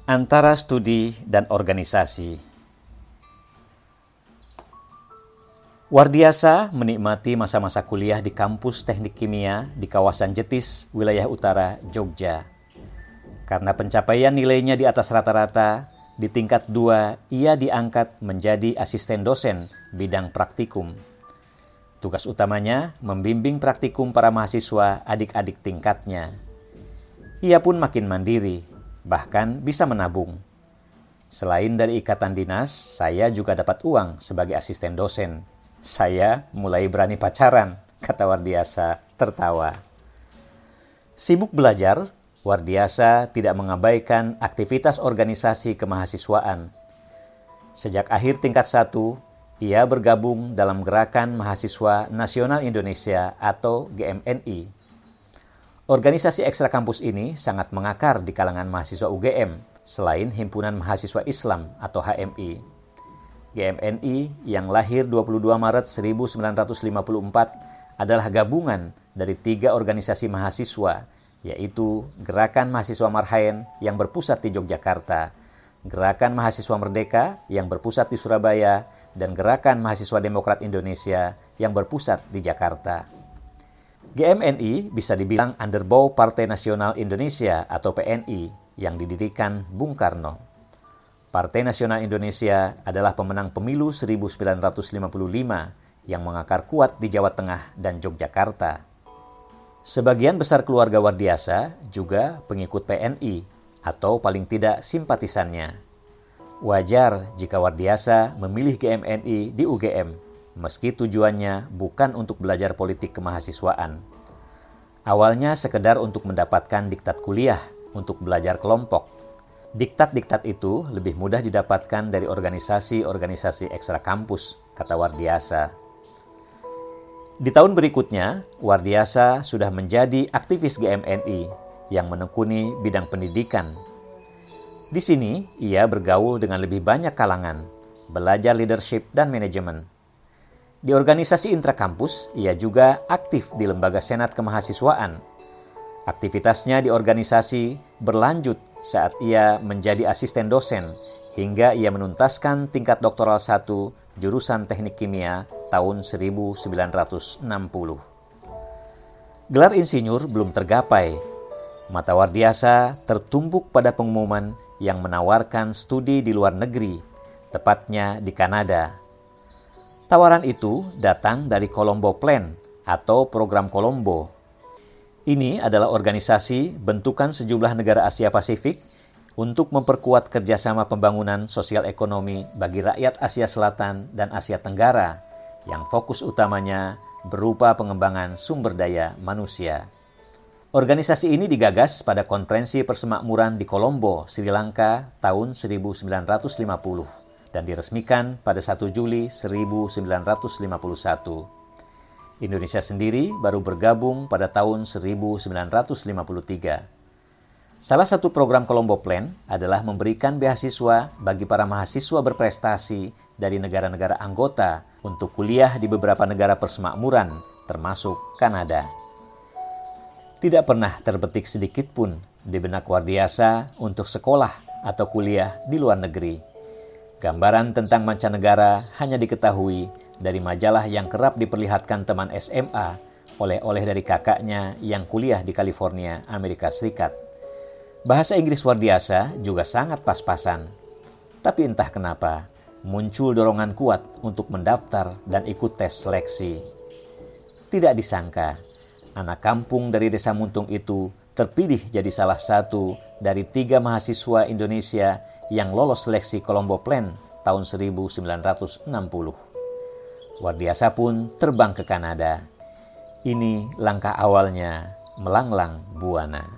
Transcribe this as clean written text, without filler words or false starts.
Antara studi dan organisasi. Wardiasa menikmati masa-masa kuliah di kampus teknik kimia di kawasan Jetis, wilayah utara Jogja. Karena pencapaian nilainya di atas rata-rata, di tingkat 2 ia diangkat menjadi asisten dosen bidang praktikum. Tugas utamanya membimbing praktikum para mahasiswa adik-adik tingkatnya. Ia pun makin mandiri, bahkan bisa menabung. Selain dari ikatan dinas, saya juga dapat uang sebagai asisten dosen. Saya mulai berani pacaran, kata Wardiasa tertawa. Sibuk belajar, Wardiasa tidak mengabaikan aktivitas organisasi kemahasiswaan. Sejak akhir tingkat 1, ia bergabung dalam Gerakan Mahasiswa Nasional Indonesia atau GMNI. Organisasi ekstra kampus ini sangat mengakar di kalangan mahasiswa UGM, selain Himpunan Mahasiswa Islam atau HMI. GMNI yang lahir 22 Maret 1954 adalah gabungan dari 3 organisasi mahasiswa, yaitu Gerakan Mahasiswa Marhaen yang berpusat di Yogyakarta, Gerakan Mahasiswa Merdeka yang berpusat di Surabaya, dan Gerakan Mahasiswa Demokrat Indonesia yang berpusat di Jakarta. GMNI bisa dibilang underbow Partai Nasional Indonesia atau PNI yang didirikan Bung Karno. Partai Nasional Indonesia adalah pemenang pemilu 1955 yang mengakar kuat di Jawa Tengah dan Yogyakarta. Sebagian besar keluarga Wardiasa juga pengikut PNI atau paling tidak simpatisannya. Wajar jika Wardiasa memilih GMNI di UGM, meski tujuannya bukan untuk belajar politik kemahasiswaan. Awalnya sekedar untuk mendapatkan diktat kuliah untuk belajar kelompok. Diktat-diktat itu lebih mudah didapatkan dari organisasi-organisasi ekstra kampus, kata Wardiasa. Di tahun berikutnya, Wardiasa sudah menjadi aktivis GMNI yang menekuni bidang pendidikan. Di sini, ia bergaul dengan lebih banyak kalangan, belajar leadership dan manajemen. Di organisasi intrakampus, ia juga aktif di lembaga senat kemahasiswaan. Aktivitasnya di organisasi berlanjut saat ia menjadi asisten dosen hingga ia menuntaskan tingkat doktoral 1 jurusan teknik kimia tahun 1960. Gelar insinyur belum tergapai. Mata Wardiasa tertumbuk pada pengumuman yang menawarkan studi di luar negeri, tepatnya di Kanada. Tawaran itu datang dari Colombo Plan atau Program Colombo. Ini adalah organisasi bentukan sejumlah negara Asia Pasifik untuk memperkuat kerjasama pembangunan sosial ekonomi bagi rakyat Asia Selatan dan Asia Tenggara yang fokus utamanya berupa pengembangan sumber daya manusia. Organisasi ini digagas pada Konferensi Persemakmuran di Colombo, Sri Lanka tahun 1950 dan diresmikan pada 1 Juli 1951. Indonesia sendiri baru bergabung pada tahun 1953. Salah satu program Colombo Plan adalah memberikan beasiswa bagi para mahasiswa berprestasi dari negara-negara anggota untuk kuliah di beberapa negara persemakmuran, termasuk Kanada. Tidak pernah terbetik sedikit pun di benak Wardiasa untuk sekolah atau kuliah di luar negeri. Gambaran tentang mancanegara hanya diketahui dari majalah yang kerap diperlihatkan teman SMA oleh dari kakaknya yang kuliah di California, Amerika Serikat. Bahasa Inggris Wardiasa juga sangat pas-pasan. Tapi entah kenapa, muncul dorongan kuat untuk mendaftar dan ikut tes seleksi. Tidak disangka, anak kampung dari Desa Muntung itu terpilih jadi salah satu dari 3 mahasiswa Indonesia yang lolos seleksi Colombo Plan tahun 1960. Wardiasa pun terbang ke Kanada. Ini langkah awalnya melanglang buana.